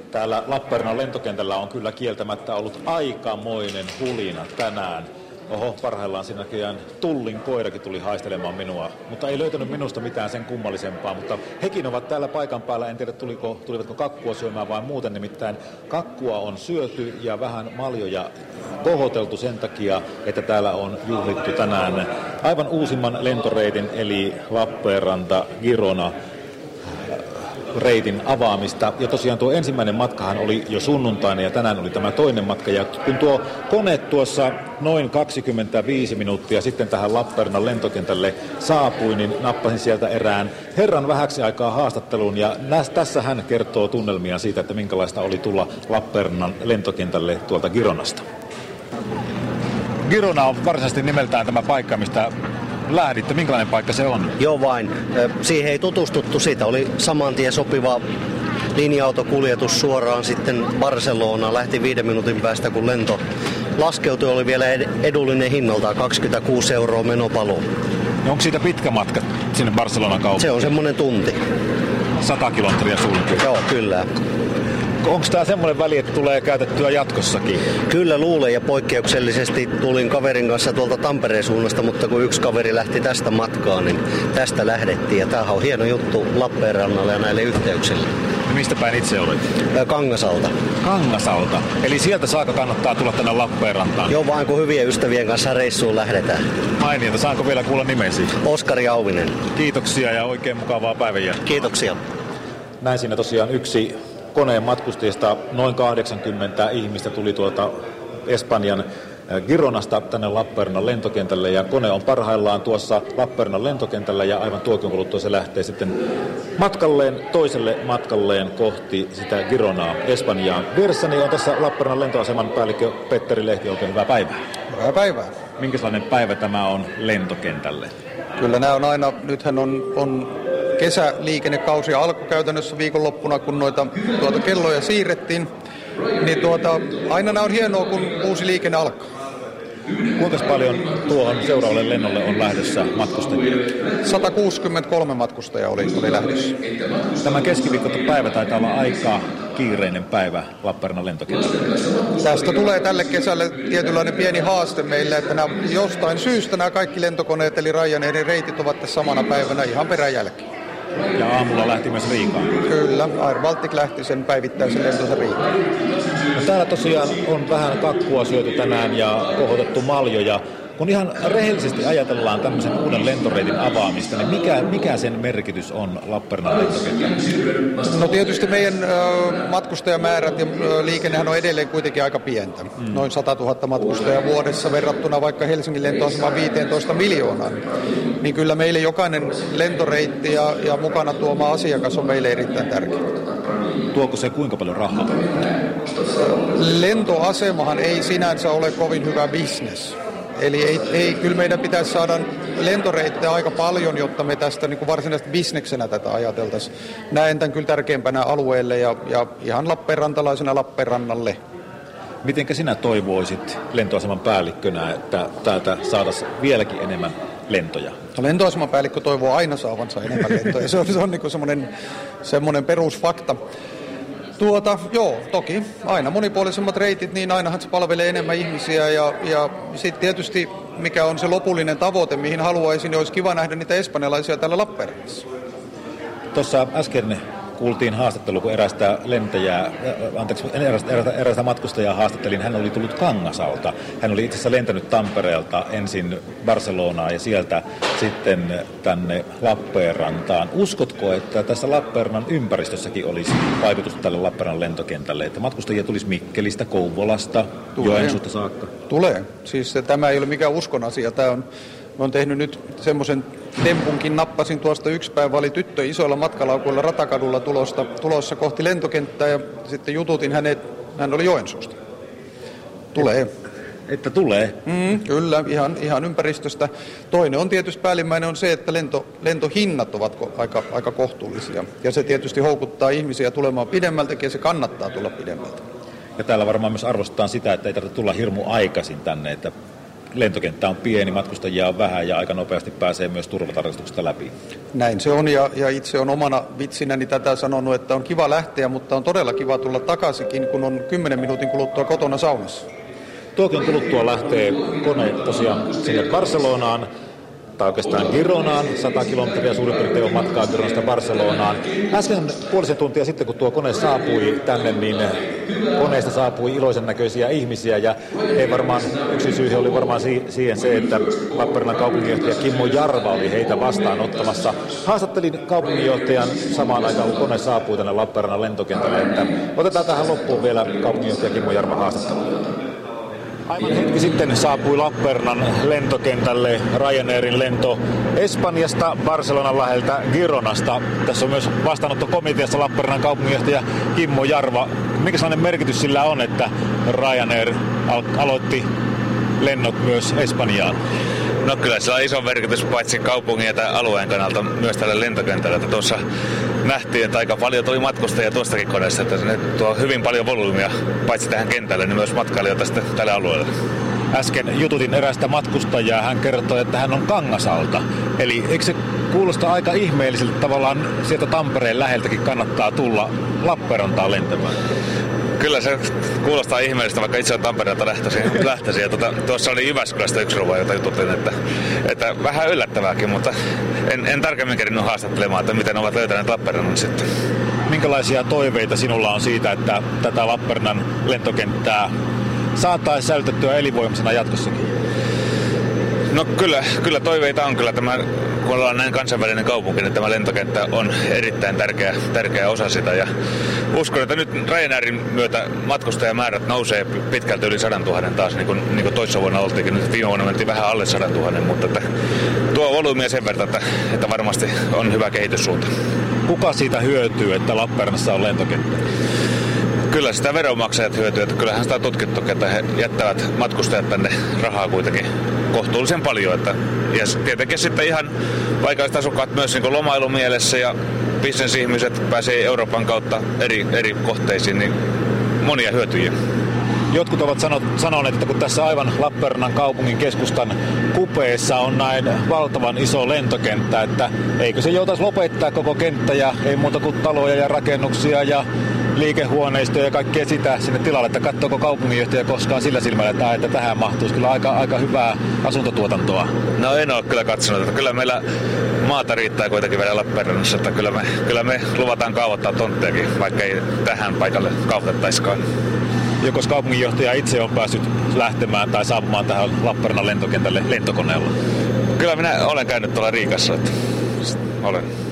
Täällä Lappeenrannan lentokentällä on kyllä kieltämättä ollut aikamoinen hulina tänään. Oho, parhaillaan siinä näköjään Tullin koirakin tuli haistelemaan minua, mutta ei löytänyt minusta mitään sen kummallisempaa, mutta hekin ovat täällä paikan päällä, en tiedä tulivatko kakkua syömään vai muuten, nimittäin kakkua on syöty ja vähän maljoja kohoteltu sen takia, että täällä on juhlittu tänään aivan uusimman lentoreitin eli Lappeenranta-Girona reitin avaamista. Ja tosiaan tuo ensimmäinen matkahan oli jo sunnuntaina ja tänään oli tämä toinen matka. Ja kun tuo kone tuossa noin 25 minuuttia sitten tähän Lappeenrannan lentokentälle saapui, niin nappasin sieltä erään herran vähäksi aikaa haastatteluun. Ja tässä hän kertoo tunnelmia siitä, että minkälaista oli tulla Lappeenrannan lentokentälle tuolta Gironasta. Girona on varsinaisesti nimeltään tämä paikka, mistä lähditte. Minkälainen paikka se on? Joo vain. Siihen ei tutustuttu. Siitä oli saman tien sopiva linja-autokuljetus suoraan sitten Barcelonaan. Lähti 5 minuutin päästä, kun lento laskeutui. Oli vielä edullinen hinnaltaan 26 € menopaluu. Ja onko siitä pitkä matka sinne Barcelonan kaupunkiin? Se on semmoinen tunti. 100 kilometriä suunnilleen? Joo, kyllä. Onko tämä semmoinen väli, että tulee käytettyä jatkossakin? Kyllä luulen, ja poikkeuksellisesti tulin kaverin kanssa tuolta Tampereen suunnasta, mutta kun yksi kaveri lähti tästä matkaan, niin tästä lähdettiin. Ja tämähän on hieno juttu Lappeenrannalle ja näille yhteyksille. Ja mistä päin itse olet? Kangasalta. Kangasalta. Eli sieltä saakka kannattaa tulla tänne Lappeenrantaan? Joo, vaan kun hyvien ystävien kanssa reissuun lähdetään. Mainiota. Saanko vielä kuulla nimesi? Oskari Auvinen. Kiitoksia ja oikein mukavaa päivänjälkeä. Kiitoksia. Näin siinä tosiaan yksi koneen matkustajista, noin 80 ihmistä tuli tuolta Espanjan Gironasta tänne Lappeenrannan lentokentälle ja kone on parhaillaan tuossa Lappeenrannan lentokentällä ja aivan tuokion kuluttua se lähtee sitten toiselle matkalleen kohti sitä Gironaa Espanjaan. Vieressäni on tässä Lappeenrannan lentoaseman päällikkö Petteri Lehti, oikein hyvää päivää. Hyvää päivää. Minkälainen päivä tämä on lentokentälle? Kyllä nämä on aina, nythän on kesäliikennekausi alkoi käytännössä viikonloppuna, kun noita kelloja siirrettiin, niin aina nämä on hienoa, kun uusi liikenne alkaa. Kuinka paljon tuohon seuraavalle lennolle on lähdössä matkustajia? 163 matkustajaa oli lähdössä. Tämä keskiviikkopäivä taitaa olla aika kiireinen päivä Lappeenrannan lentokentällä. Tästä tulee tälle kesälle tietynlainen pieni haaste meille, että jostain syystä nämä kaikki lentokoneet eli Ryanairin reitit ovat tässä samana päivänä ihan peräjälkeen. Ja aamulla lähti myös Riikaan. Kyllä, Air Baltic lähti sen päivittäisen lentonsa Riikaan. No, täällä tosiaan on vähän kakkua syöty tänään ja kohotettu maljoja. Kun ihan rehellisesti ajatellaan tämmöisen uuden lentoreitin avaamista, niin mikä sen merkitys on Lappeenrannan lentokentällä? No tietysti meidän matkustajamäärät ja liikennehän on edelleen kuitenkin aika pientä. Noin 100 000 matkustajaa vuodessa verrattuna vaikka Helsingin lentoasemaan 15 miljoonaan. Niin kyllä meille jokainen lentoreitti ja mukana tuoma asiakas on meille erittäin tärkeä. Tuoko se kuinka paljon rahaa? Lentoasemahan ei sinänsä ole kovin hyvä bisnes. Eli kyllä meidän pitäisi saada lentoreittejä aika paljon, jotta me tästä niin kuin varsinaisesti bisneksenä tätä ajateltaisiin. Näen tämän kyllä tärkeimpänä alueelle ja ihan lappeenrantalaisena Lappeenrannalle. Mitenkä sinä toivoisit lentoaseman päällikkönä, että täältä saataisiin vieläkin enemmän lentoja? No, lentoaseman päällikkö toivoo aina saavansa enemmän lentoja. Se on niin kuin semmoinen perusfakta. Joo, toki aina monipuolisemmat reitit, niin ainahan se palvelee enemmän ihmisiä ja sitten tietysti mikä on se lopullinen tavoite, mihin haluaisin, niin olisi kiva nähdä niitä espanjalaisia täällä Lappeenrannassa. Tuossa äsken kuultiin haastattelu, kun erästä matkustajaa haastattelin. Hän oli tullut Kangasalta. Hän oli itse asiassa lentänyt Tampereelta ensin Barcelonaan ja sieltä sitten tänne Lappeenrantaan. Uskotko, että tässä Lappeenrannan ympäristössäkin olisi vaikutusta tälle Lappeenrannan lentokentälle? Että matkustajia tulisi Mikkelistä, Kouvolasta, Joensuusta saakka? Tulee. Siis tämä ei ole mikään uskon asia. Mä oon tehnyt nyt semmoisen tempunkin, nappasin tuosta yksi päivä, oli tyttö isoilla matkalaukuilla Ratakadulla tulossa kohti lentokenttää ja sitten jututin hänet, hän oli Joensuusta. Tulee. Että tulee? Kyllä, ihan ympäristöstä. Toinen on tietysti päällimmäinen on se, että lentohinnat ovat aika kohtuullisia ja se tietysti houkuttaa ihmisiä tulemaan pidemmältäkin ja se kannattaa tulla pidemmältä. Ja täällä varmaan myös arvostetaan sitä, että ei tarvitse tulla hirmu aikaisin tänne, että lentokenttä on pieni, matkustajia on vähän ja aika nopeasti pääsee myös turvatarkastuksesta läpi. Näin se on ja itse on omana vitsinäni tätä sanonut, että on kiva lähteä, mutta on todella kiva tulla takaisinkin, kun on 10 minuutin kuluttua kotona saunassa. Tuokin kuluttua lähtee kone tosiaan sinne Barcelonaan, tai oikeastaan Gironaan, 100 kilometriä suurin piirtein on matkaa Gironasta Barcelonaan. Äsken puolisen tuntia sitten, kun tuo kone saapui tänne, niin koneesta saapui iloisen näköisiä ihmisiä, ja ei varmaan, yksi syy oli varmaan siihen se, että Lappeenrannan kaupunginjohtaja Kimmo Jarva oli heitä vastaanottamassa. Haastattelin kaupunginjohtajan samaan aikaan, kun kone saapui tänne Lappeenrannan lentokentälle, että otetaan tähän loppuun vielä kaupunginjohtaja Kimmo Jarva haastattelu. Aivan hetki sitten saapui Lappeenrannan lentokentälle Ryanairin lento Espanjasta Barcelonan läheltä Gironasta. Tässä on myös vastaanottokomiteassa Lappeenrannan kaupunginjohtaja Kimmo Jarva. Mikä sellainen merkitys sillä on, että Ryanair aloitti lennot myös Espanjaan? No kyllä sillä on iso merkitys paitsi kaupungin ja alueen kannalta myös tälle lentokentälle. Että tuossa nähtiin, että aika paljon tuli matkustajia tuostakin koneesta, että ne tuo hyvin paljon volyymia paitsi tähän kentälle, niin myös matkailijoita sitten tälle alueelle. Äsken jututin erästä matkustajaa, hän kertoi, että hän on Kangasalta. Eli eikö se kuulosta aika ihmeelliseltä, tavallaan sieltä Tampereen läheltäkin kannattaa tulla Lappeenrantaan lentämään? Kyllä se kuulostaa ihmeellistä, vaikka itse on Tampereelta lähtöisin. Ja tuossa oli Jyväskylästä yksi ruva, jota jututin, että vähän yllättävääkin, mutta en tarkemmin kerinyt haastattelemaan, että miten ovat löytäneet Lappeenrannan sitten. Minkälaisia toiveita sinulla on siitä, että tätä Lappeenrannan lentokenttää saataisiin säilytettyä elinvoimaisena jatkossakin? No kyllä toiveita on. Kyllä tämä, kun ollaan näin kansainvälinen kaupunki, niin tämä lentokenttä on erittäin tärkeä osa sitä. Ja uskon, että nyt Ryanairin myötä matkustajamäärät nousee pitkälti yli 100 000 taas, niin kuin toissa vuonna oltiinkin. Nyt viime vuonna mentiin vähän alle 100 000, mutta että tuo volyymiä sen verran, että varmasti on hyvä kehityssuunta. Kuka siitä hyötyy, että Lappeenrannassa on lentokenttä? Kyllä sitä veronmaksajat hyötyy, että kyllähän sitä on tutkittu, että he jättävät matkustajat tänne rahaa kuitenkin kohtuullisen paljon. Ja tietenkin sitten ihan paikalliset asukkaat myös niin lomailumielessä ja bisnesihmiset pääsee Euroopan kautta eri kohteisiin, niin monia hyötyjiä. Jotkut ovat sanoneet, että kun tässä aivan Lappeenrannan kaupungin keskustan kupeessa on näin valtavan iso lentokenttä, että eikö se joutaisi lopettaa koko kenttä ja ei muuta kuin taloja ja rakennuksia ja liikehuoneistoja ja kaikkea sitä sinne tilalle, että katsoako kaupunginjohtaja koskaan sillä silmällä, että tähän mahtuisi kyllä aika hyvää asuntotuotantoa. No en ole kyllä katsonut, että kyllä meillä maata riittää kuitenkin vielä Lappeenrannassa, että kyllä me luvataan kaavoittaa tonttejakin, vaikka ei tähän paikalle kaavoitettaisikaan. Jokos kaupunginjohtaja itse on päässyt lähtemään tai saapumaan tähän Lappeenrannan lentokentälle lentokoneella? Kyllä minä olen käynyt tuolla Riikassa, että olen.